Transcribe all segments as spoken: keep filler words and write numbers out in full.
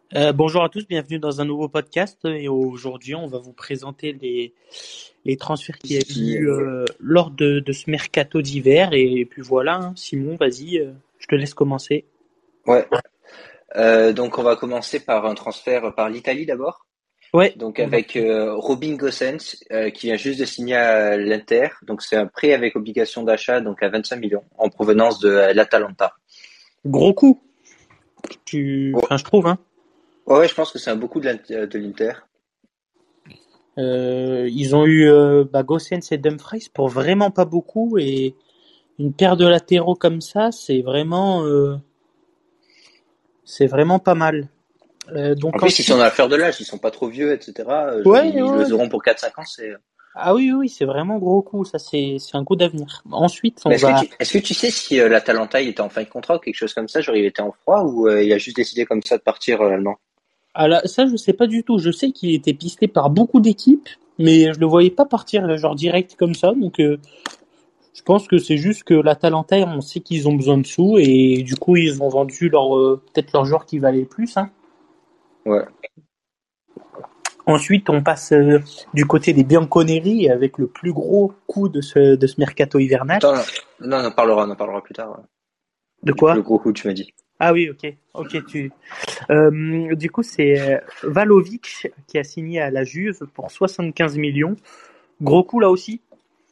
Euh, bonjour à tous, bienvenue dans un nouveau podcast et aujourd'hui on va vous présenter les, les transferts qu'il y a eu euh, lors de, de ce mercato d'hiver et, puis voilà, hein, Simon, vas-y, euh, je te laisse commencer. Ouais, euh, donc on va commencer par un transfert par l'Italie d'abord. Ouais, Donc on va. avec euh, Robin Gosens euh, qui vient juste de signer à l'Inter. Donc c'est un prêt avec obligation d'achat donc à vingt-cinq millions en provenance de euh, l'Atalanta. Gros coup, tu, Ouais, enfin je trouve, hein. ouais, ouais, je pense que c'est un beau coup de l'In- de l'Inter. Euh, ils ont eu euh, bah, Gosens et Dumfries pour vraiment pas beaucoup et une paire de latéraux comme ça, c'est vraiment, euh, c'est vraiment pas mal. Euh, En donc plus ils sont ensuite, dans l'affaire de l'âge, ils sont pas trop vieux, et cetera. Euh, Genre ouais, ils ouais, le ouais. auront pour quatre cinq ans. C'est. Ah oui, oui, oui, c'est vraiment gros coup, ça c'est c'est un coup d'avenir. Ensuite, Mais on est-ce que va. tu est-ce que tu sais si euh, l'Atalanta il était en fin de contrat ou quelque chose comme ça, genre il était en froid ou euh, il a juste décidé comme ça de partir euh, l'allemand? Ah là, ça, je sais pas du tout. Je sais qu'il était pisté par beaucoup d'équipes, mais je le voyais pas partir genre direct comme ça. Donc, euh, je pense que c'est juste que l'Atalanta, on sait qu'ils ont besoin de sous et du coup, ils ont vendu leur euh, peut-être leur joueur qui valait le plus. Hein. Ouais. Ensuite, on passe euh, du côté des Bianconeri avec le plus gros coup de ce de ce mercato hivernal. Attends, non, on en parlera, on en parlera plus tard. Ouais. De Du plus quoi? gros coup, tu m'as dit. Ah oui, ok, ok. Tu. Euh, du coup, c'est euh, Vlahovic qui a signé à la Juve pour soixante-quinze millions. Gros coup là aussi.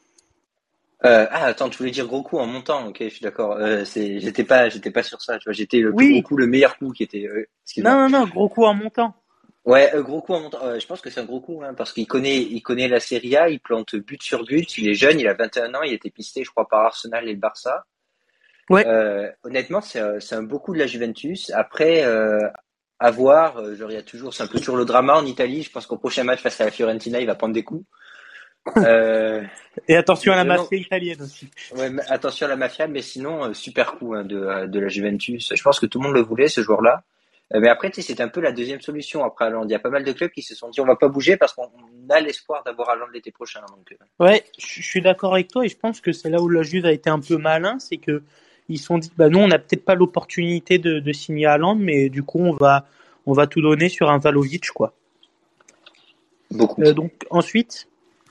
Euh, ah, attends, tu voulais dire gros coup en montant. Ok, je suis d'accord. Euh, c'est, j'étais pas, j'étais pas sur ça. Tu vois, j'étais le plus gros Oui, coup, le meilleur coup qui était. Euh, non, excuse-moi. non, non, gros coup en montant. Ouais, euh, gros coup en montant. Euh, je pense que c'est un gros coup, hein, parce qu'il connaît, il connaît la Serie A. Il plante but sur but. Il est jeune. Il a vingt et un ans. Il a été pisté, je crois, par Arsenal et le Barça. Ouais. Euh, honnêtement, c'est, un- c'est un beau coup de la Juventus. Après, euh, à voir. euh, Genre, il y a toujours, c'est un peu toujours le drama en Italie. Je pense qu'au prochain match face à la Fiorentina, il va prendre des coups. Euh, Et attention à la Vraiment. mafia italienne aussi. Ouais, mais attention à la mafia, mais sinon, euh, super coup hein, de, euh, de la Juventus. Je pense que tout le monde le voulait, ce joueur-là. Euh, mais après, tu sais, c'était un peu la deuxième solution après Haaland. Il y a pas mal de clubs qui se sont dit, on va pas bouger parce qu'on a l'espoir d'avoir Haaland l'été prochain. Donc, euh, Ouais, je suis d'accord avec toi et je pense que c'est là où la Juve a été un peu malin, c'est que ils se sont dit bah nous on n'a peut-être pas l'opportunité de, de signer Haaland, mais du coup on va on va tout donner sur un Vlahovic quoi. beaucoup. Euh, donc ensuite,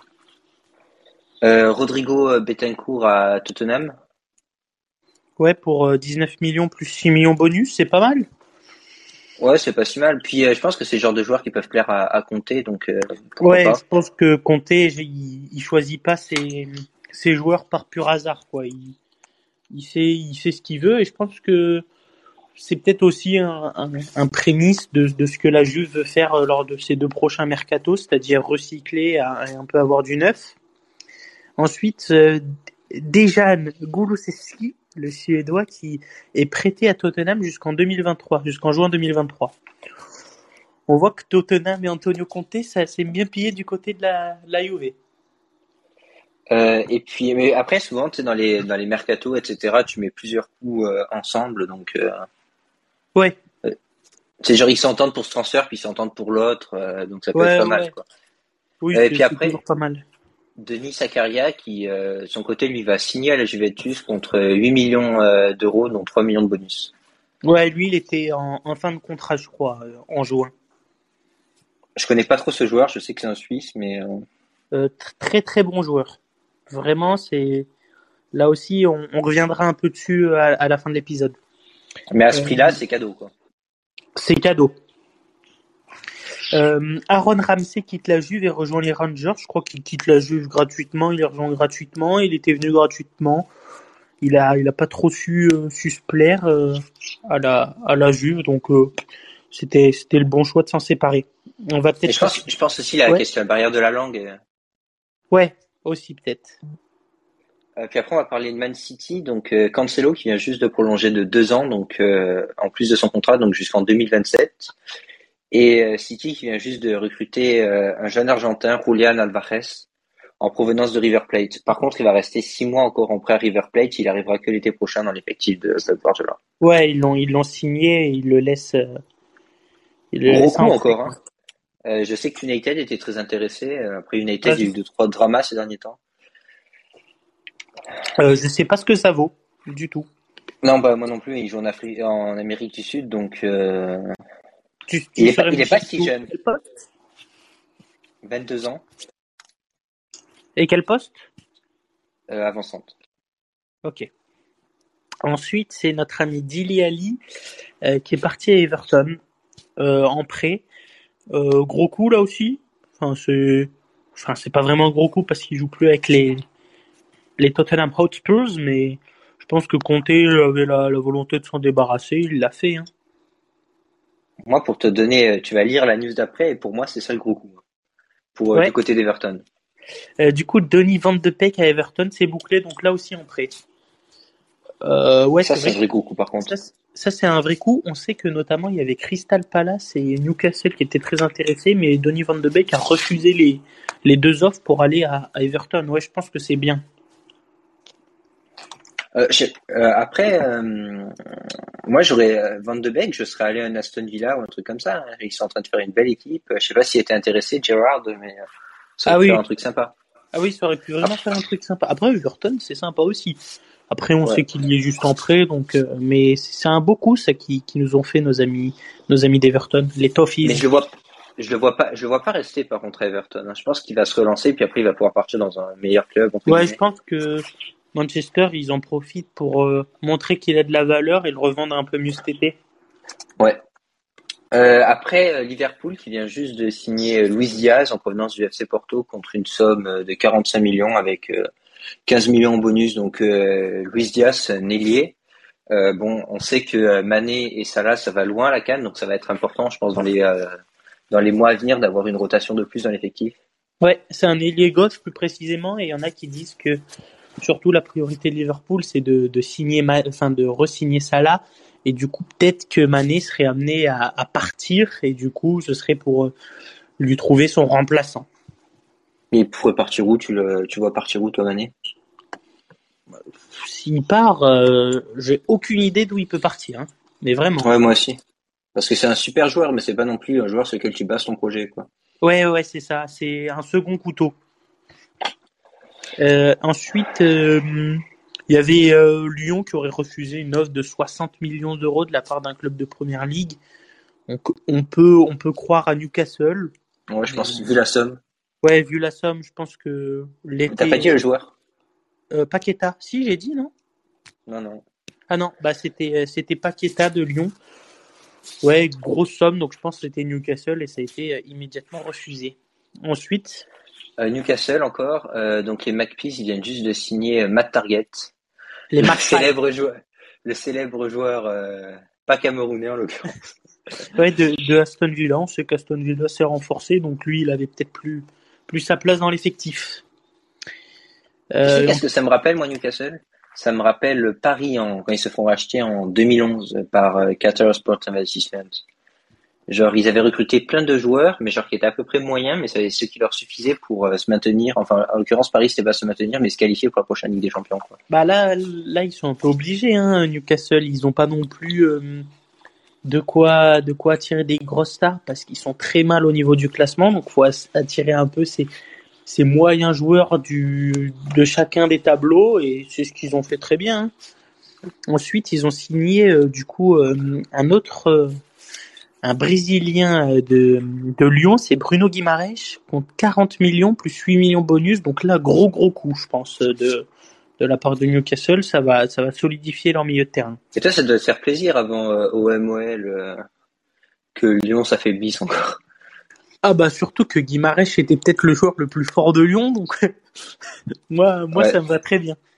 Euh, Rodrigo euh, Betancourt à Tottenham. ouais pour euh, dix-neuf millions plus six millions bonus, c'est pas mal. Ouais, c'est pas si mal. Puis, euh, je pense que c'est le genre de joueurs qui peuvent plaire à, à Conte, donc euh, pourquoi Ouais, je pas. pense que Conte il, il choisit pas ses ses joueurs par pur hasard quoi. Il, il sait il sait ce qu'il veut et je pense que c'est peut-être aussi un, un, un prémisse de, de ce que la Juve veut faire euh, lors de ces deux prochains mercatos, c'est-à-dire recycler et un peu avoir du neuf. Ensuite, euh, Dejan Kulusevski, le Suédois, qui est prêté à Tottenham jusqu'en deux mille vingt-trois, jusqu'en juin deux mille vingt-trois. On voit que Tottenham et Antonio Conte, ça s'est bien pillé du côté de la, la Juve. Euh, et puis, mais après, souvent, tu sais, dans les dans les mercatos, et cetera, tu mets plusieurs coups euh, ensemble, donc. Euh, Ouais, C'est genre ils s'entendent pour ce transfert, puis ils s'entendent pour l'autre, euh, donc ça peut être ouais, pas mal ouais. quoi. Oui, Euh, et c'est puis c'est toujours après, pas mal. Denis Zakaria qui, euh, de son côté, lui va signer à la Juventus contre huit millions euh, d'euros, dont trois millions de bonus. Ouais, lui, il était en, en fin de contrat, je crois, euh, en juin. Je connais pas trop ce joueur, je sais que c'est un Suisse, mais euh, Euh, tr- très très bon joueur. Vraiment, c'est là aussi, on, on reviendra un peu dessus à, à la fin de l'épisode. mais à ce Euh, prix-là, c'est cadeau quoi. c'est cadeau. Euh, Aaron Ramsey quitte la Juve et rejoint les Rangers. Je crois qu'il quitte la Juve gratuitement. Il les rejoint gratuitement. Il était venu gratuitement. Il a, il a pas trop su, euh, su se plaire euh, à la, à la Juve, donc euh, c'était, c'était le bon choix de s'en séparer. On va Mais peut-être je pense, passer. je pense aussi à la Ouais, question de la barrière de la langue. et- ouais, aussi peut-être. Euh, puis après, on va parler de Man City, donc euh, Cancelo qui vient juste de prolonger de deux ans, donc euh, en plus de son contrat, donc jusqu'en deux mille vingt-sept. Et euh, City qui vient juste de recruter euh, un jeune Argentin, Julián Alvarez, en provenance de River Plate. Par contre, il va rester six mois encore en prêt à River Plate. Il arrivera que l'été prochain dans l'effectif de Pep Guardiola. Ouais, ils l'ont, ils l'ont signé. Et ils le laissent, euh, ils le Gros laissent coup en prêt, encore. Hein. quoi. Euh, je sais que United était très intéressé. Euh, Après Ah, United, il y je, a eu deux trois dramas ces derniers temps. euh, je sais pas ce que ça vaut du tout. Non, bah moi non plus. Il joue en Afrique, en Amérique du Sud, donc euh, Tu, tu Il est pas, saurais il me est pas dire si où- jeune. quel poste vingt-deux ans, Et quel poste euh, avant-centre. Ok. Ensuite, c'est notre ami Dili Ali euh, qui est parti à Everton euh, en prêt. Euh, gros coup là aussi. Enfin, c'est, enfin, c'est pas vraiment un gros coup parce qu'il joue plus avec les les Tottenham Hotspurs, mais je pense que Conte avait la, la volonté de s'en débarrasser, il l'a fait. Hein. Moi, pour te donner, euh, tu vas lire la news d'après, et pour moi, c'est ça le gros coup. Pour, euh, du Ouais. côté d'Everton. Euh, du coup, Donny Van de Beek à Everton, c'est bouclé, donc là aussi en prêt. Euh, ouais, Ça, c'est c'est vrai un que vrai gros coup, par ça, contre. c'est- ça, c'est un vrai coup. On sait que notamment il y avait Crystal Palace et Newcastle qui étaient très intéressés, mais Donny Van de Beek a refusé les, les deux offres pour aller à, à Everton. Ouais, je pense que c'est bien. Euh, je- euh, après, euh, moi, j'aurais euh, Van de Beek, je serais allé à un Aston Villa ou un truc comme ça. Hein. Ils sont en train de faire une belle équipe. Euh, Je sais pas s'il était intéressé, Gerrard, mais euh, ça aurait Ah pu faire oui, un truc sympa. ah oui, ça aurait pu vraiment Après, faire un truc sympa. Après, Everton, c'est sympa aussi. Après, on ouais. sait qu'il y est juste en prêt, donc, euh, mais c'est un beau coup, ça, qui, qui nous ont fait nos amis, nos amis d'Everton, les Mais Toffees. je le vois, je le vois pas, je le vois pas rester par contre à Everton. Hein. Je pense qu'il va se relancer, puis après il va pouvoir partir dans un meilleur club entre Ouais, je guillemets. pense que Manchester, ils en profitent pour euh, montrer qu'il a de la valeur et le revendre un peu mieux cet été. Ouais. Euh, après euh, Liverpool qui vient juste de signer euh, Luis Diaz en provenance du F C Porto contre une somme euh, de quarante-cinq millions avec euh, quinze millions en bonus. Donc euh, Luis Diaz, euh, Nélier. Euh, bon, on sait que euh, Mané et Salah, ça va loin à la CAN, donc ça va être important, je pense, dans les euh, dans les mois à venir, d'avoir une rotation de plus dans l'effectif. Ouais, c'est un ailier gauche plus précisément, et il y en a qui disent que surtout la priorité de Liverpool, c'est de, de signer, Ma- enfin de re-signer Salah, et du coup peut-être que Mané serait amené à, à partir, et du coup ce serait pour euh, lui trouver son remplaçant. Et il pourrait partir où? Tu le, tu vois partir où, toi, Mané? S'il part, euh, j'ai aucune idée d'où il peut partir, hein. Mais vraiment. Ouais, moi aussi. Parce que c'est un super joueur, mais c'est pas non plus un joueur sur lequel tu bases ton projet, quoi. Ouais, ouais, c'est ça, c'est un second couteau. Euh, ensuite, euh, il y avait euh, Lyon qui aurait refusé une offre de soixante millions d'euros de la part d'un club de première ligue. Donc, on peut, on peut croire à Newcastle, Ouais, je mais pense, vu la somme. ouais, vu la somme, je pense que T'as pas l'été. dit le joueur? Euh, Paqueta, si j'ai dit non? Non, non. Ah non, bah c'était, euh, c'était Paqueta de Lyon. Ouais, grosse somme, donc je pense que c'était Newcastle et ça a été euh, immédiatement refusé. Ensuite, Euh, Newcastle encore, euh, donc les Magpies, ils viennent juste de signer euh, Matt Target, les le Magpies. célèbre joueur, le célèbre joueur, euh, pas camerounais en l'occurrence. Ouais, de, de Aston Villa, on sait qu'Aston Villa s'est renforcé, donc lui, il avait peut-être plus, plus sa place dans l'effectif. Tu sais Euh, qu'est-ce que ça me rappelle, moi, Newcastle? Ça me rappelle Paris en, quand ils se font racheter en deux mille onze par euh, Qatar Sport Investments. Genre, ils avaient recruté plein de joueurs, mais genre qui étaient à peu près moyens, mais c'est ce qui leur suffisait pour euh, se maintenir. Enfin, en l'occurrence, Paris, c'était pas se maintenir, mais se qualifier pour la prochaine Ligue des Champions, quoi. bah là, là, ils sont un peu obligés, hein, Newcastle. Ils n'ont pas non plus euh, de quoi, de quoi attirer des grosses stars parce qu'ils sont très mal au niveau du classement. Donc, faut attirer un peu ces, ces moyens joueurs du, de chacun des tableaux et c'est ce qu'ils ont fait très bien. Hein. Ensuite, ils ont signé euh, du coup euh, un autre, euh, un Brésilien euh, de, de Lyon, c'est Bruno Guimaraes, compte quarante millions plus huit millions bonus. Donc là, gros gros coup, je pense, euh, de, de la part de Newcastle. Ça va, ça va solidifier leur milieu de terrain. Et toi, ça doit te faire plaisir avant euh, O M O L euh, que Lyon s'affaiblisse encore. Ah bah surtout que Guimaraes était peut-être le joueur le plus fort de Lyon, donc moi, moi Ouais. ça me va très bien.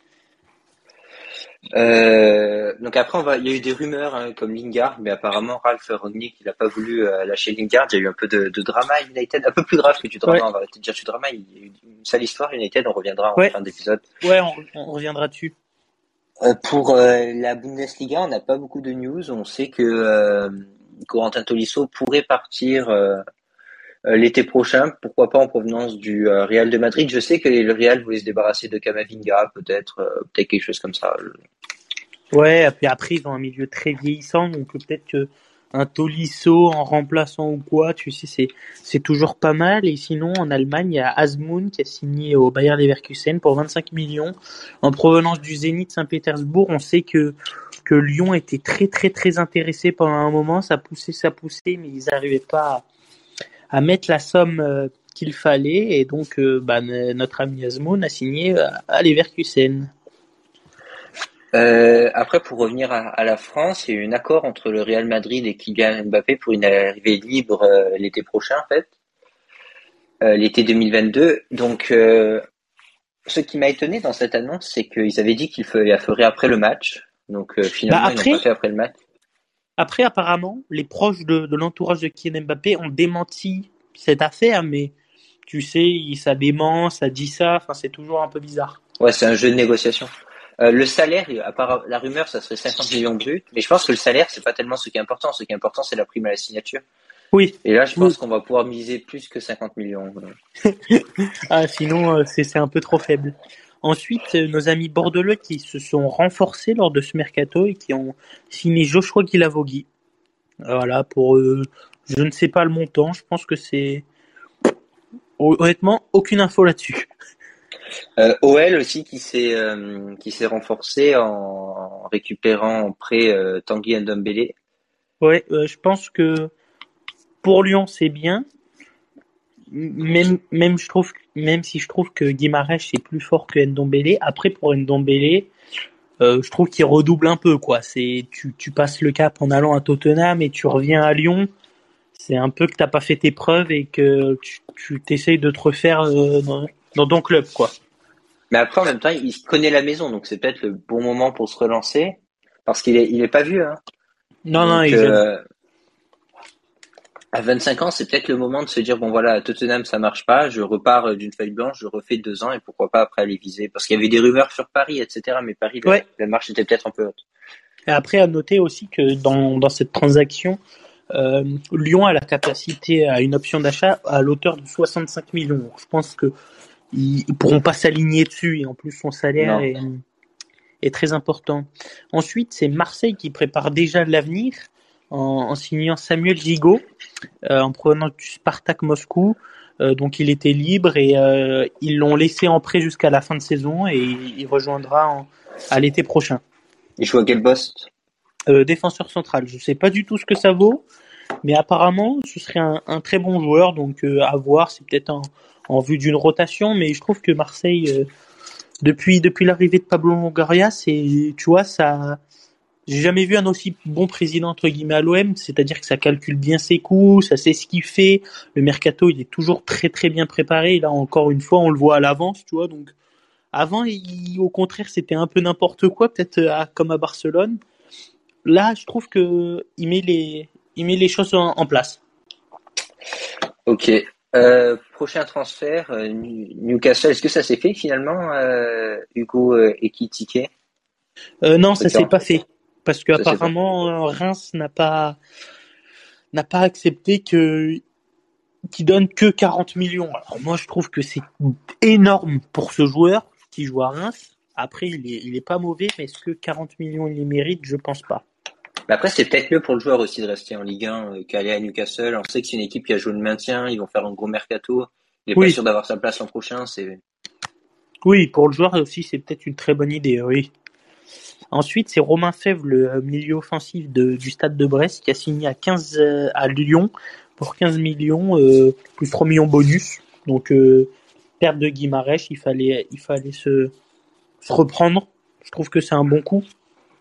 Euh, donc après, on va, il y a eu des rumeurs hein, comme Lingard, mais apparemment Ralph Rangnick, il a pas voulu euh, lâcher Lingard. Il y a eu un peu de, de drama à United, un peu plus grave que du drama. Ouais, On va arrêter de dire du drama. Il y a eu une sale histoire United. On reviendra en ouais, fin d'épisode. ouais, on, on reviendra dessus. Euh, pour euh, la Bundesliga, on n'a pas beaucoup de news. On sait que euh, Corentin Tolisso pourrait partir euh, euh, l'été prochain. Pourquoi pas en provenance du euh, Real de Madrid. Je sais que le Real voulait se débarrasser de Camavinga, peut-être, euh, peut-être quelque chose comme ça. Ouais, et puis après ils ont un milieu très vieillissant, donc peut-être que un Tolisso en remplaçant ou quoi, tu sais, c'est c'est toujours pas mal. Et sinon, en Allemagne, il y a Asmoon qui a signé au Bayer Leverkusen pour vingt-cinq millions en provenance du Zénith Saint-Pétersbourg. On sait que que Lyon était très très très intéressé pendant un moment, ça poussait, ça poussait, mais ils n'arrivaient pas à, à mettre la somme euh, qu'il fallait, et donc euh, bah, notre ami Azmoun a signé à, à Leverkusen. Euh, après, pour revenir à, à la France, il y a eu un accord entre le Real Madrid et Kylian Mbappé pour une arrivée libre euh, l'été prochain, en fait, euh, l'été deux mille vingt-deux. Donc, euh, ce qui m'a étonné dans cette annonce, c'est qu'ils avaient dit qu'ils la feraient après le match. Donc, euh, Bah finalement, ils n'ont après, pas fait après le match. après apparemment, les proches de, de l'entourage de Kylian Mbappé ont démenti cette affaire, mais tu sais, ça dément, ça dit ça, enfin c'est toujours un peu bizarre. Ouais, c'est un jeu de négociation. Euh, le salaire, à part la rumeur, ça serait cinquante millions bruts. Mais je pense que le salaire, c'est pas tellement ce qui est important. Ce qui est important, c'est la prime à la signature. Oui, Et là, je oui. pense qu'on va pouvoir miser plus que cinquante millions. Ah, sinon, euh, c'est c'est un peu trop faible. Ensuite, euh, nos amis bordelais qui se sont renforcés lors de ce mercato et qui ont signé Joshua Guilavogui. Voilà, pour euh, je ne sais pas le montant, je pense que c'est honnêtement aucune info là-dessus. Euh, O L aussi qui s'est euh, qui s'est renforcé en récupérant en prêt euh, Tanguy Ndombele. Ouais, euh, je pense que pour Lyon c'est bien, même même je trouve même si je trouve que Guimarães est plus fort que Ndombele. Après pour Ndombele, euh, je trouve qu'il redouble un peu quoi. C'est tu tu passes le cap en allant à Tottenham et tu reviens à Lyon. C'est un peu que t'as pas fait tes preuves et que tu, tu t'essayes de te refaire euh, dans, dans ton club quoi. Mais après, en même temps, il connaît la maison, donc c'est peut-être le bon moment pour se relancer, parce qu'il est il est pas vieux, hein. Non non, il Donc est jeune. euh, à vingt-cinq ans, c'est peut-être le moment de se dire bon voilà, à Tottenham ça marche pas, je repars d'une feuille blanche, je refais deux ans et pourquoi pas après aller viser, parce qu'il y avait des rumeurs sur Paris, et cetera. Mais Paris, la, Ouais. la marche était peut-être un peu haute. Et après, à noter aussi que dans, dans cette transaction, euh, Lyon a la capacité à une option d'achat à l'auteur de soixante-cinq millions. Je pense que ils, ils pourront pas s'aligner dessus et en plus son salaire Non. est, est très important. Ensuite, c'est Marseille qui prépare déjà l'avenir en, en signant Samuel Gigot euh, en provenance du Spartak Moscou. Euh, donc il était libre et euh, ils l'ont laissé en prêt jusqu'à la fin de saison et il rejoindra en, à l'été prochain. Il joue à quel poste? Euh, défenseur central. Je sais pas du tout ce que ça vaut, mais apparemment ce serait un, un très bon joueur, donc euh, à voir. C'est peut-être en, en vue d'une rotation, mais je trouve que Marseille, euh, depuis depuis l'arrivée de Pablo Longoria, c'est tu vois ça. J'ai jamais vu un aussi bon président entre guillemets à l'O M, c'est-à-dire que ça calcule bien ses coups, ça sait ce qu'il fait. Le mercato, il est toujours très très bien préparé. Et là encore une fois, on le voit à l'avance, tu vois. Donc avant, il, au contraire, c'était un peu n'importe quoi, peut-être à, comme à Barcelone. Là, je trouve que il met les, il met les choses en, en place. Ok. Euh, prochain transfert, euh, Newcastle. Est-ce que ça s'est fait finalement, euh, Hugo euh, Ekitike? Euh, non, ça Ok, s'est pas fait parce que ça s'est pas. apparemment Reims n'a pas n'a pas accepté que qui donne que quarante millions. Alors moi, je trouve que c'est énorme pour ce joueur qui joue à Reims. Après, il est, il est pas mauvais, mais est-ce que quarante millions il les mérite? Je pense pas. Mais après, c'est peut-être mieux pour le joueur aussi de rester en Ligue un euh, qu'aller à Newcastle. On sait que c'est une équipe qui a joué le maintien. Ils vont faire un gros mercato. Il est pas Oui, sûr d'avoir sa place l'an prochain. C'est oui, pour le joueur aussi, c'est peut-être une très bonne idée. Oui. Ensuite, c'est Romain Fèvre, le milieu offensif de, du Stade de Brest, qui a signé à quinze euh, à Lyon pour quinze millions euh, plus trois millions bonus. Donc euh, perte de Guimarães, il fallait il fallait se, se reprendre. Je trouve que c'est un bon coup.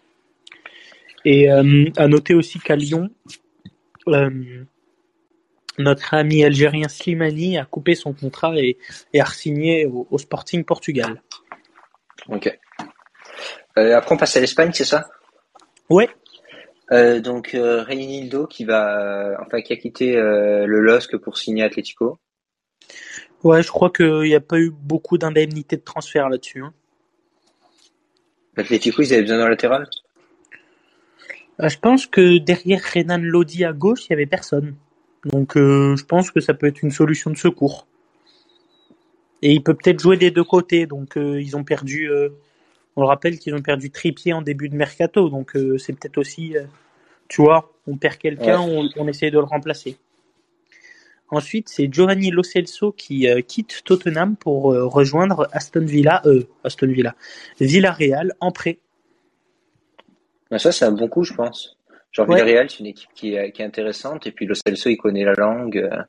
Et euh, à noter aussi qu'à Lyon, euh, notre ami algérien Slimani a coupé son contrat et, et a re-signé au, au Sporting Portugal. ok. Euh, après, on passe à l'Espagne, c'est ça? Ouais, Euh, donc euh, Reinildo qui va, euh, enfin qui a quitté euh, le L O S C pour signer Atlético. ouais, je crois qu'il n'y a pas eu beaucoup d'indemnités de transfert là-dessus. Hein. L'Atlético, ils avaient besoin d'un latéral. Euh, Je pense que derrière Renan Lodi à gauche, il y avait personne. Donc euh, je pense que ça peut être une solution de secours. Et il peut peut-être jouer des deux côtés. Donc euh, ils ont perdu, euh, on le rappelle qu'ils ont perdu Trippier en début de mercato. Donc euh, c'est peut-être aussi, euh, tu vois, on perd quelqu'un, Ouais. on, on essaye de le remplacer. Ensuite, c'est Giovanni Lo Celso qui euh, quitte Tottenham pour euh, rejoindre Aston Villa, euh, Aston Villa, Villarreal en prêt. Ben, ça, c'est un bon coup, je pense. Genre, Ouais. Villarreal, c'est une équipe qui est, qui est intéressante. Et puis, Lo Celso, il connaît la langue. euh.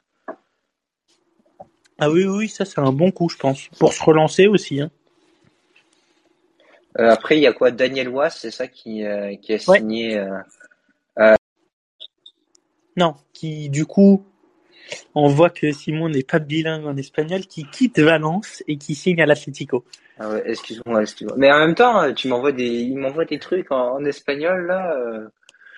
Ah oui, oui, oui, ça c'est un bon coup, je pense. Pour se relancer aussi, hein. Euh, après, il y a quoi? Daniel Wass, c'est ça qui, euh, qui a Ouais. signé. euh, Non, qui du coup, on voit que Simon n'est pas bilingue en espagnol, qui quitte Valence et qui signe à l'Atlético. Ah ouais, excuse-moi, excuse-moi. Mais en même temps, euh, tu m'envoies des, il m'envoie des trucs en, en espagnol, là. euh.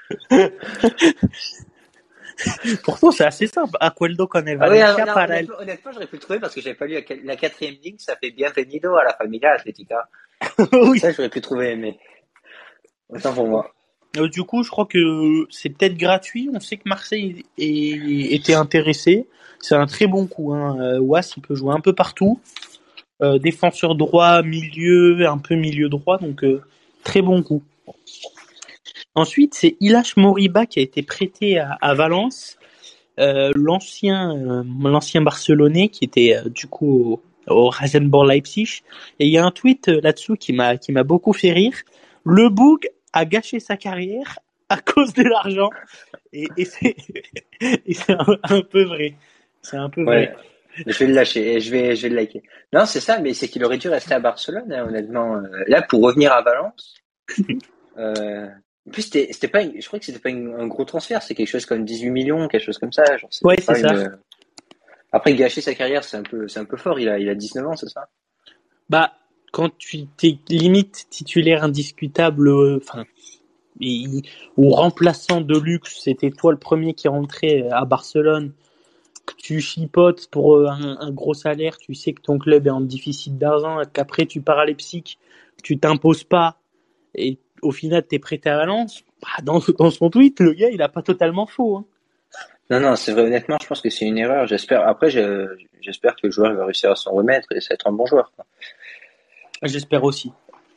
Pourtant, c'est assez simple. Acuerdo con el Ah oui, ah, Valencia non, para el... honnêtement, honnêtement, j'aurais pu le trouver parce que j'avais pas lu la, la quatrième ligne, ça fait Bienvenido à la Familia Atlética. Oui. Ça, j'aurais pu trouver, mais autant pour moi. Euh, du coup, je crois que c'est peut-être gratuit. On sait que Marseille est... était intéressé. C'est un très bon coup, hein. Euh, Was, il peut jouer un peu partout. Euh, défenseur droit, milieu, un peu milieu droit, donc euh, très bon coup. Ensuite, c'est Ilash Moriba qui a été prêté à, à Valence, euh, l'ancien euh, l'ancien Barcelonais qui était euh, du coup au, au Rasenborg Leipzig. Et il y a un tweet euh, là-dessous qui m'a qui m'a beaucoup fait rire. Le Boug a gâché sa carrière à cause de l'argent, et, et c'est et c'est un, un peu vrai. C'est un peu Ouais, vrai. je vais le lâcher et je vais, je vais le liker. Non, c'est ça, mais c'est qu'il aurait dû rester à Barcelone, hein, honnêtement. Euh, Là, pour revenir à Valence, euh, en plus, c'était, c'était pas, une- je crois que c'était pas une- un gros transfert, c'est quelque chose comme dix-huit millions, quelque chose comme ça. Genre, Ouais, c'était c'est pas ça. une. Après, gâcher sa carrière, c'est un peu, c'est un peu fort. Il a, il a dix-neuf ans, c'est ça? Bah, quand tu t'es limite titulaire indiscutable, euh, enfin, et- ou remplaçant de luxe, c'était toi le premier qui rentrait à Barcelone, que tu chipotes pour euh, un, un gros salaire, tu sais que ton club est en déficit d'argent, et qu'après tu pars à Leipzig, tu t'imposes pas, et au final t'es prêté à Valence, bah, dans, dans son tweet, le gars il a pas totalement faux, hein. Non, non, c'est vrai. Honnêtement, je pense que c'est une erreur. J'espère. Après, je- j'espère que le joueur va réussir à s'en remettre et ça va être un bon joueur, quoi. J'espère aussi.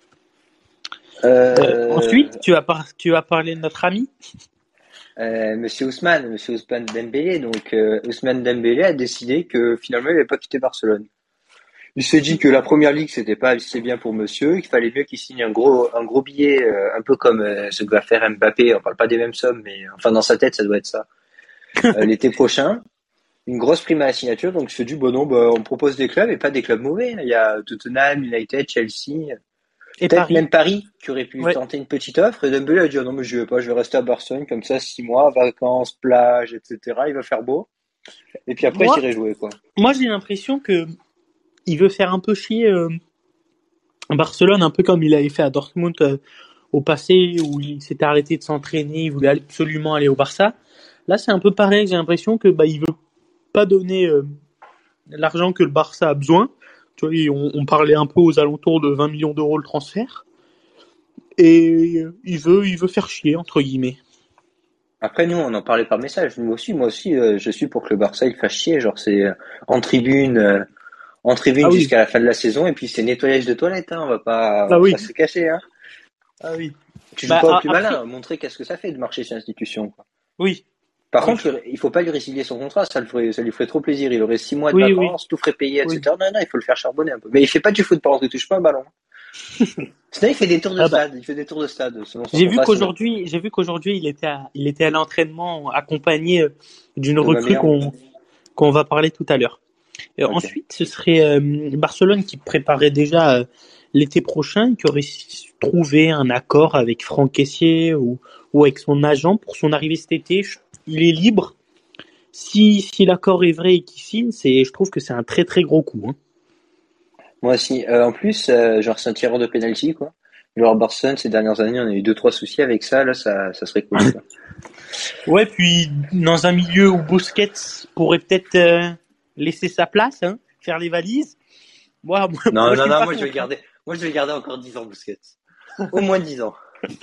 Euh, Euh, ensuite, tu vas, par, tu vas parler de notre ami. euh, Monsieur Ousmane, Monsieur Ousmane Dembélé. Donc, euh, Ousmane Dembélé a décidé que finalement, il n'avait pas quitté Barcelone. Il s'est dit que la première ligue, c'était pas assez bien pour monsieur, qu'il fallait mieux qu'il signe un gros, un gros billet, euh, un peu comme euh, ce que va faire Mbappé. On parle pas des mêmes sommes, mais enfin, dans sa tête, ça doit être ça. Euh, l'été prochain, une grosse prime à la signature. Donc, il s'est dit, bon, non, bah, on propose des clubs et pas des clubs mauvais. Il y a Tottenham, United, Chelsea, Et peut-être Paris. même Paris qui aurait pu Ouais. tenter une petite offre. Et Dembélé a dit, ah non, mais je vais pas, je vais rester à Barcelone, comme ça, six mois, vacances, plage, et cetera. Il va faire beau. Et puis après, Moi, j'irai jouer, quoi. moi j'ai l'impression que il veut faire un peu chier euh, Barcelone, un peu comme il avait fait à Dortmund euh, au passé, où il s'était arrêté de s'entraîner, il voulait absolument aller au Barça. Là, c'est un peu pareil. J'ai l'impression que bah il veut pas donner euh, l'argent que le Barça a besoin. Tu vois, on, on parlait un peu aux alentours de vingt millions d'euros le transfert, et euh, il veut, il veut faire chier entre guillemets. Après, nous, on en parlait par message. Nous aussi, moi aussi, euh, je suis pour que le Barça, il fasse chier. Genre, c'est euh, en tribune, euh, en tribune Ah oui, jusqu'à la fin de la saison. Et puis, c'est nettoyage de toilettes, hein. On va pas, on ah va oui, pas se cacher, hein. ah oui. Tu joues Bah pas au a- plus après, malin. Montrer qu'est-ce que ça fait de marcher sur l'institution, quoi. oui, Par oui, contre, il faut pas lui résilier son contrat. Ça, le ferait, ça lui ferait trop plaisir. Il aurait six mois de oui, oui, vacances, tout ferait payer, oui. et cetera. Non, non, il faut le faire charbonner un peu. Mais il fait pas du foot, par contre. Il touche pas un ballon. Sinon, il fait des tours de Ah bah, stade. Il fait des tours de stade. Selon son J'ai vu contrat, c'est qu'aujourd'hui, j'ai vu qu'aujourd'hui, il était à, il était à l'entraînement accompagné euh, d'une de ma recrue meilleure. qu'on qu'on va parler tout à l'heure. Et Ok. ensuite, ce serait euh, Barcelone qui préparait déjà euh, l'été prochain, qui aurait s- trouvé un accord avec Franck Kessié ou, ou avec son agent pour son arrivée cet été. Je- Il est libre. Si, si l'accord est vrai et qu'il signe, c'est, je trouve que c'est un très très gros coup, hein. Moi aussi. Euh, en plus, euh, genre, c'est un tireur de penalty, quoi. Genre, Barcelone, ces dernières années, on a eu deux, trois soucis avec ça. Là, ça, ça serait cool, quoi. Ouais, puis dans un milieu où Busquets pourrait peut-être euh, laisser sa place, hein, faire les valises. Moi, moi, Non, moi, je non, suis non, pas moi, je vais le contre, hein. garder. Moi, je vais le garder encore dix ans, Busquets. Au moins dix ans.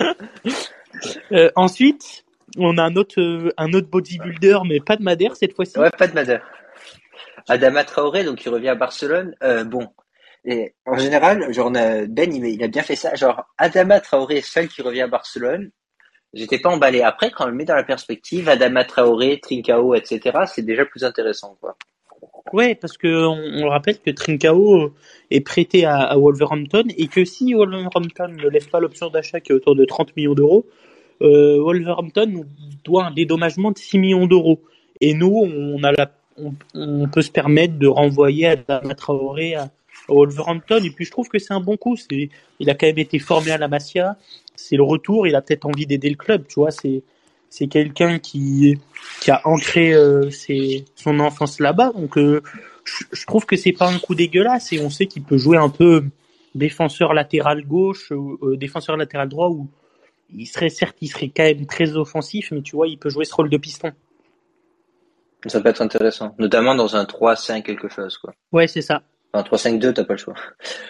Euh, ensuite, on a un autre, euh, un autre bodybuilder, mais pas de Madère cette fois-ci. Ouais, pas de Madère. Adama Traoré, donc, il revient à Barcelone. Euh, bon. Et, en général, genre, on a, Ben, il, il a bien fait ça. Genre, Adama Traoré, seul qui revient à Barcelone. J'étais pas emballé. Après, quand on le met dans la perspective, Adama Traoré, Trincao, et cetera, c'est déjà plus intéressant, quoi. Ouais, parce que on, on le rappelle que Trincao est prêté à, à Wolverhampton et que si Wolverhampton ne lève pas l'option d'achat qui est autour de trente millions d'euros, euh, Wolverhampton nous doit un dédommagement de six millions d'euros. Et nous, on a la, on, on peut se permettre de renvoyer Adama Traoré à, à Wolverhampton. Et puis je trouve que c'est un bon coup. C'est, il a quand même été formé à la Masia. C'est le retour. Il a peut-être envie d'aider le club. Tu vois, c'est c'est quelqu'un qui qui a ancré euh, ses, son enfance là-bas. Donc euh, je, je trouve que c'est pas un coup dégueulasse et on sait qu'il peut jouer un peu défenseur latéral gauche, euh, défenseur latéral droit ou il serait certes, il serait quand même très offensif, mais tu vois, il peut jouer ce rôle de piston. Ça peut être intéressant, notamment dans un trois cinq quelque chose, quoi. Ouais, c'est ça. Enfin, trois cinq deux, t'as pas le choix.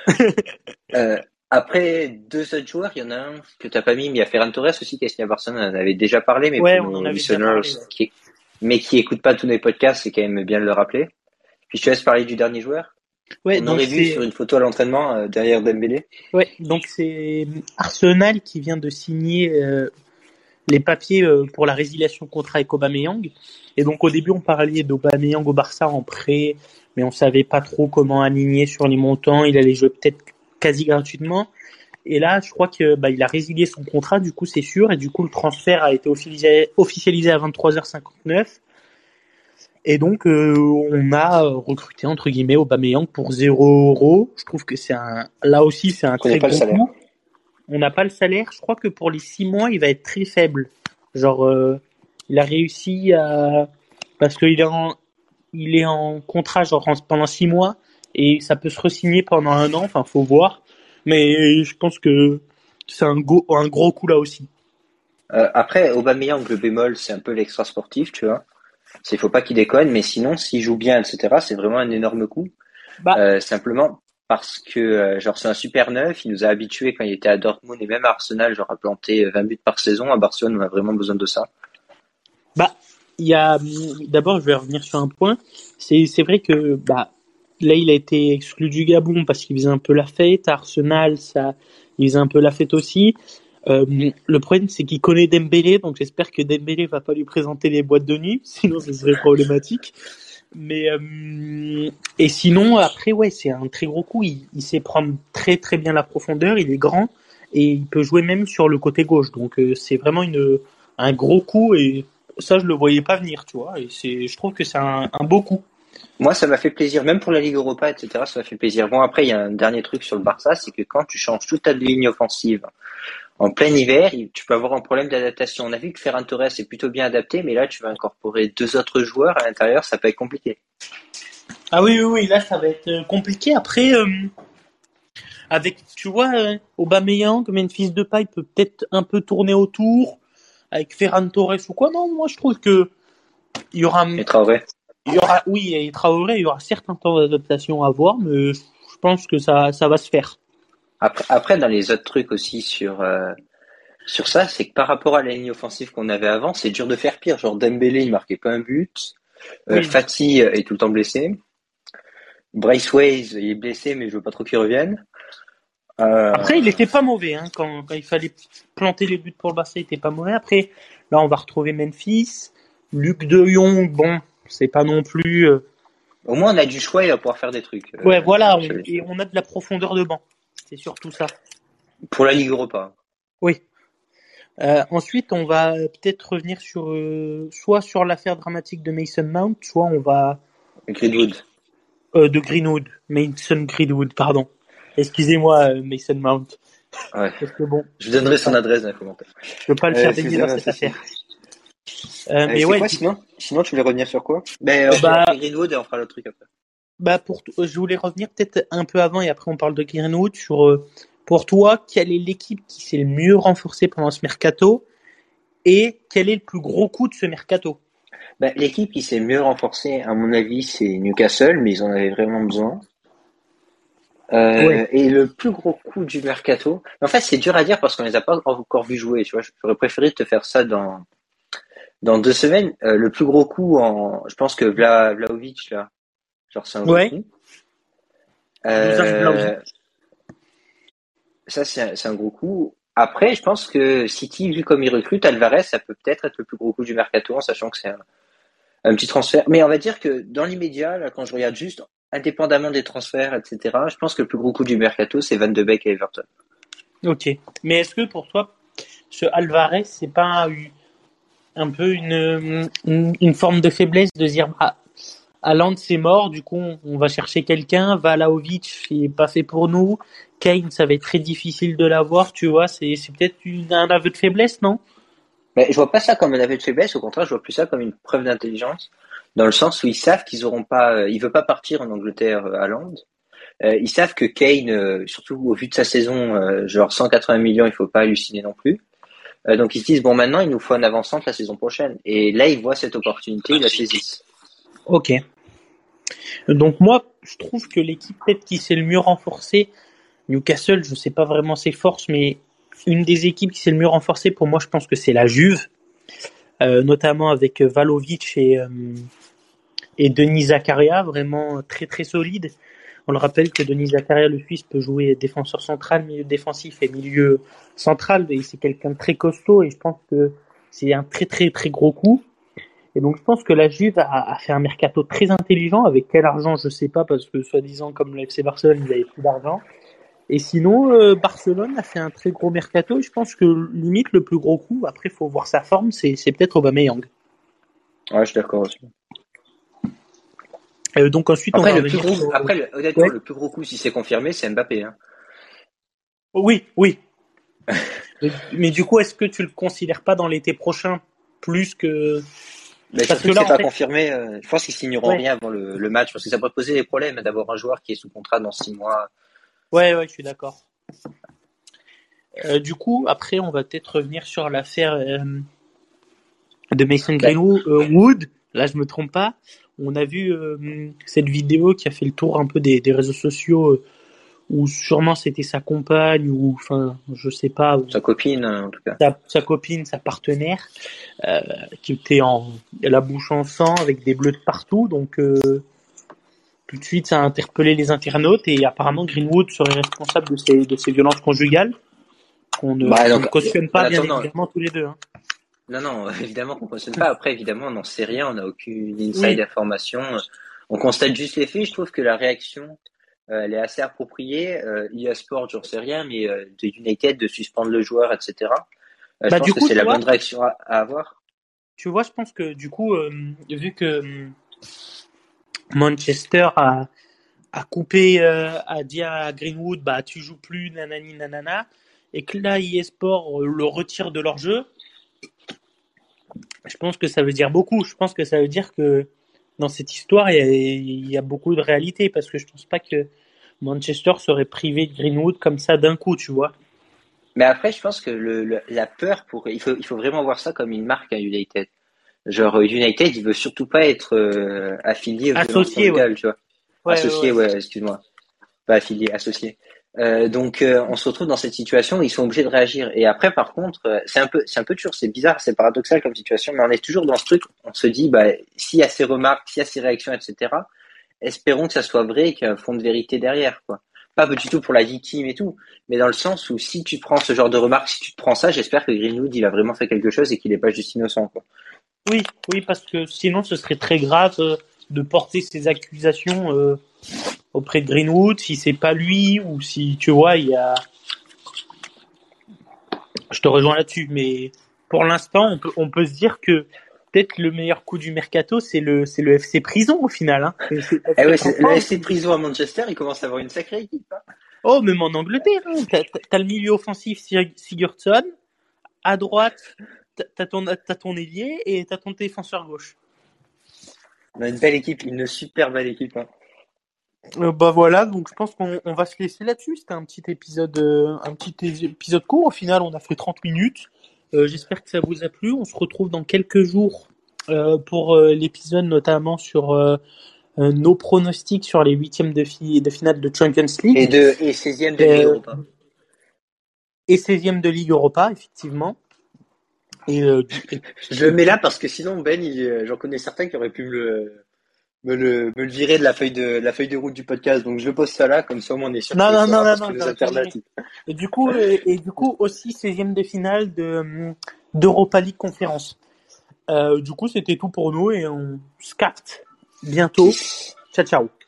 euh, après deux autres joueurs, il y en a un que t'as pas mis, mais il y a Ferran Torres aussi qui a signé à Barcelone. On en avait déjà parlé, mais Ouais, pour on en nos avait déjà listeners parlé. Ouais. qui, mais qui écoutent pas tous les podcasts, c'est quand même bien de le rappeler. Puis je te laisse parler du dernier joueur. Ouais, On donc aurait vu c'est sur une photo à l'entraînement euh, derrière Dembélé. ouais, donc c'est Arsenal qui vient de signer euh, les papiers euh, pour la résiliation contrat avec Aubameyang. Et donc au début, on parlait d'Aubameyang au Barça en prêt, mais on savait pas trop comment aligner sur les montants. Il allait jouer peut-être quasi gratuitement. Et là, je crois que bah, il a résilié son contrat, du coup c'est sûr, et du coup le transfert a été officialisé, officialisé à vingt-trois heures cinquante-neuf. Et donc euh, on a recruté entre guillemets Aubameyang pour zéro euro. Je trouve que c'est un, là aussi c'est un Je connais très pas le gros salaire. coup. On n'a pas le salaire. Je crois que pour les six mois, il va être très faible. Genre, euh, il a réussi à parce qu'il est en, il est en contrat genre pendant six mois et ça peut se re-signer pendant un an. Enfin, faut voir. Mais je pense que c'est un, go, un gros coup là aussi. Euh, après, Aubameyang, le bémol, c'est un peu l'extra sportif, tu vois. C'est faut pas qu'il déconne, mais sinon, s'il joue bien, et cetera, c'est vraiment un énorme coup. Bah, Euh, simplement parce que euh, genre c'est un super neuf, il nous a habitués quand il était à Dortmund et même à Arsenal, genre à planter vingt buts par saison. À Barcelone, on a vraiment besoin de ça. bah, il y a d'abord, je vais revenir sur un point. C'est c'est vrai que bah là, il a été exclu du Gabon parce qu'il faisait un peu la fête. À Arsenal, ça, il faisait un peu la fête aussi. Euh, le problème, c'est qu'il connaît Dembélé, donc j'espère que Dembélé va pas lui présenter les boîtes de nuit, sinon ce serait problématique. Mais euh, et sinon, après, ouais, c'est un très gros coup. Il, il sait prendre très très bien la profondeur. Il est grand et il peut jouer même sur le côté gauche. Donc euh, c'est vraiment une un gros coup et ça, je le voyais pas venir, tu vois. Et c'est, je trouve que c'est un, un beau coup. Moi, ça m'a fait plaisir, même pour la Ligue Europa, et cetera. Ça m'a fait plaisir. Bon, après, il y a un dernier truc sur le Barça, c'est que quand tu changes toute ta ligne offensive en plein hiver, tu peux avoir un problème d'adaptation. On a vu que Ferran Torres est plutôt bien adapté, mais là, tu vas incorporer deux autres joueurs à l'intérieur, ça peut être compliqué. Ah oui, oui, oui, là, ça va être compliqué. Après, euh, avec, tu vois, euh, Aubameyang, Memphis Depay peut peut-être un peu tourner autour avec Ferran Torres ou quoi. Non, moi, je trouve que il y aura, Et Traoré. il y aura, oui, et Traoré, il y aura certes un temps d'adaptation à voir, mais je pense que ça, ça va se faire. Après, après, dans les autres trucs aussi sur euh, sur ça, c'est que par rapport à la ligne offensive qu'on avait avant, c'est dur de faire pire. Genre Dembélé, il marquait pas un but. Euh, Oui. Fati est tout le temps blessé. Bryce Weiss, il est blessé, mais je veux pas trop qu'il revienne. Après, il Euh, était pas mauvais, hein, quand, quand il fallait planter les buts pour le Barça, il était pas mauvais. Après, là, on va retrouver Memphis, Luc De Jong, bon, c'est pas non plus, euh, Au moins, on a du choix, il va pouvoir faire des trucs. ouais, Euh, voilà, on, celui. et on a de la profondeur de banc. C'est surtout ça. Pour la Ligue Europa. Oui. Euh, ensuite, on va peut-être revenir sur euh, soit sur l'affaire dramatique de Mason Mount, soit on va Greenwood. euh, de Greenwood, Mason Greenwood, pardon. Excusez-moi, euh, Mason Mount, Ouais. parce que bon, Je vous je peux donnerai son pas, adresse dans les commentaires. je peux pas le Euh, faire c'est baigner dans pas un cette souci. affaire. Euh, Euh, mais c'est ouais, quoi du, sinon? Sinon, tu voulais revenir sur quoi? Ben, euh, on, on bah, fait Greenwood et on fera l'autre truc après. bah pour, t- je voulais revenir peut-être un peu avant et après on parle de Greenwood sur euh, pour toi, quelle est l'équipe qui s'est le mieux renforcée pendant ce mercato et quel est le plus gros coup de ce mercato? Ben, l'équipe qui s'est mieux renforcée, à mon avis, c'est Newcastle, mais ils en avaient vraiment besoin. Ouais. Euh, et le plus gros coup du mercato, en fait, c'est dur à dire parce qu'on les a pas encore vu jouer. Tu vois, j'aurais préféré te faire ça dans dans deux semaines. Euh, le plus gros coup, en, je pense que Vla, Vlahovic là, genre c'est un gros Ouais. coup. Dusan Vlahovic. Euh, ça c'est un, c'est un gros coup. Après, je pense que City, vu comme il recrute, Alvarez, ça peut peut-être être le plus gros coup du mercato, en sachant que c'est un, Un petit transfert. Mais on va dire que dans l'immédiat, là, quand je regarde juste, indépendamment des transferts, et cetera, je pense que le plus gros coup du mercato, c'est Van de Beek à Everton. Ok. Mais est-ce que pour toi, ce Alvarez, c'est pas eu un peu une, une, une forme de faiblesse de dire bah, Haaland c'est mort, du coup on va chercher quelqu'un, Vlahovic il est pas fait pour nous, Kane ça va être très difficile de l'avoir, tu vois, c'est, c'est peut-être une, un aveu de faiblesse, non? Mais je vois pas ça comme un aveu de faiblesse, au contraire, je vois plus ça comme une preuve d'intelligence, dans le sens où ils savent qu'ils auront pas, euh, il veut pas partir en Angleterre, euh, Haaland. Euh, ils savent que Kane, euh, surtout au vu de sa saison, euh, genre cent quatre-vingts millions, il faut pas halluciner non plus. Euh, donc ils se disent bon maintenant il nous faut un avant-centre la saison prochaine. Et là ils voient cette opportunité, ils la saisissent. Ok. Donc moi je trouve que l'équipe peut-être qui s'est le mieux renforcée, Newcastle, je sais pas vraiment ses forces, mais une des équipes qui s'est le mieux renforcée pour moi je pense que c'est la Juve, euh, notamment avec Vlahovic et, euh, et Denis Zakaria, vraiment très très solide. On le rappelle que Denis Zakaria, le Suisse, peut jouer défenseur central, milieu défensif et milieu central. Et c'est quelqu'un de très costaud et je pense que c'est un très très très gros coup. Et donc je pense que la Juve a, a fait un mercato très intelligent. Avec quel argent, je sais pas, parce que soi-disant comme le F C Barcelone, ils avaient plus d'argent. Et sinon, euh, Barcelone a fait un très gros mercato. Et je pense que limite le plus gros coup, après il faut voir sa forme, c'est, c'est peut-être Aubameyang. Ouais, je suis d'accord aussi. Euh, donc ensuite, on Après va le plus revenir gros, sur... après le- honnêtement Ouais. le plus gros coup si c'est confirmé, c'est Mbappé. Hein. Oui, oui. Mais, mais du coup, est-ce que tu le considères pas dans l'été prochain plus que... Mais Parce surtout que que là, c'est en pas fait... confirmé. euh, je pense qu'ils signeront Ouais, rien avant le, le match parce que ça peut poser des problèmes d'avoir un joueur qui est sous contrat dans six mois. ouais, ouais, je suis d'accord. Euh, du coup, après, on va peut-être revenir sur l'affaire euh, de Mason Ben, Greenwood. Euh, Wood, là, je me trompe pas. On a vu euh, cette vidéo qui a fait le tour un peu des, des réseaux sociaux euh, où sûrement c'était sa compagne ou, enfin, je sais pas, ou sa copine hein, en tout cas. sa, sa copine, sa partenaire, euh, qui était en la bouche en sang avec des bleus de partout. Donc, euh, tout de suite, ça a interpellé les internautes et apparemment Greenwood serait responsable de ces, de ces violences conjugales qu'on ne, Bah qu'on donc ne cautionne en pas, bien attendant, évidemment, tous les deux. Hein. non non évidemment qu'on cautionne pas. Après évidemment on n'en sait rien, on n'a aucune inside Oui, information. On constate juste les faits. Je trouve que la réaction euh, elle est assez appropriée. Euh, I A Sport, j'en sais rien, mais euh, de United de suspendre le joueur, et cetera. Euh, je bah pense du que coup, c'est tu la vois, bonne réaction à, à avoir. tu vois, je pense que du coup, euh, vu que euh, Manchester a, a coupé, euh, a dit à Greenwood, bah tu joues plus, nanani nanana, et que là, I A Sport euh, le retire de leur jeu, je pense que ça veut dire beaucoup. Je pense que ça veut dire que dans cette histoire, il y a, il y a beaucoup de réalité, parce que je pense pas que Manchester serait privé de Greenwood comme ça d'un coup, tu vois. Mais après, je pense que le, le- la peur pour, il faut, il faut vraiment voir ça comme une marque à United. Genre euh, United, il veut surtout pas être euh, affilié aux violences Associé, ouais. conjugales, tu vois. Ouais, ouais, Associé, ouais. ouais, excuse-moi, pas affilié, associé. Euh, donc euh, on se retrouve dans cette situation où ils sont obligés de réagir. Et après, par contre, euh, c'est un peu, c'est un peu toujours, c'est bizarre, c'est paradoxal comme situation, mais on est toujours dans ce truc. On se dit, bah, s'il y a ces remarques, s'il y a ces réactions, et cetera. Espérons que ça soit vrai et qu'il y a un fond de vérité derrière, quoi. Pas du tout pour la victime et tout, mais dans le sens où si tu prends ce genre de remarques, si tu te prends ça, j'espère que Greenwood, il a vraiment fait quelque chose et qu'il n'est pas juste innocent, quoi. Oui, oui, parce que sinon ce serait très grave euh, de porter ces accusations euh, auprès de Greenwood si c'est pas lui ou si tu vois il y a. Je te rejoins là-dessus, mais pour l'instant on peut on peut se dire que peut-être le meilleur coup du mercato c'est le c'est le F C Prison au final. Hein. C'est, c'est, Eh c'est ouais, en c'est, le France. F C Prison à Manchester, il commence à avoir une sacrée équipe, hein. Oh, même en Angleterre, hein. T'as, t'as, t'as le milieu offensif Sig- Sigurdsson, à droite t'as, t'as ton t'as ton ailier et t'as ton défenseur gauche. On a une belle équipe, une super belle équipe, hein. Euh, bah voilà, donc je pense qu'on on va se laisser là-dessus. C'était un petit épisode, euh, un petit épisode court. Au final, on a fait trente minutes. Euh, j'espère que ça vous a plu. On se retrouve dans quelques jours euh, pour euh, l'épisode notamment sur euh, euh, nos pronostics sur les huitièmes de, fi- de finale de Champions Et League de, et seizième de Ligue euh, Europa. et seizième de Ligue Europa, effectivement. Et, euh, du- et, Je le et mets puis, là parce que sinon, Ben, il, euh, j'en connais certains qui auraient pu me le, me le, me le virer de la feuille de, la feuille de route du podcast. Donc, je pose ça là, comme ça, au moins, on est sûr non, qu'il non, non, sera non, parce que non, nos j'aurais pas internautes, viré. Et du coup, et, et du coup aussi seizième de finale de d'Europa League Conférence. Euh, du coup, c'était tout pour nous et on se capte bientôt. Ciao, ciao.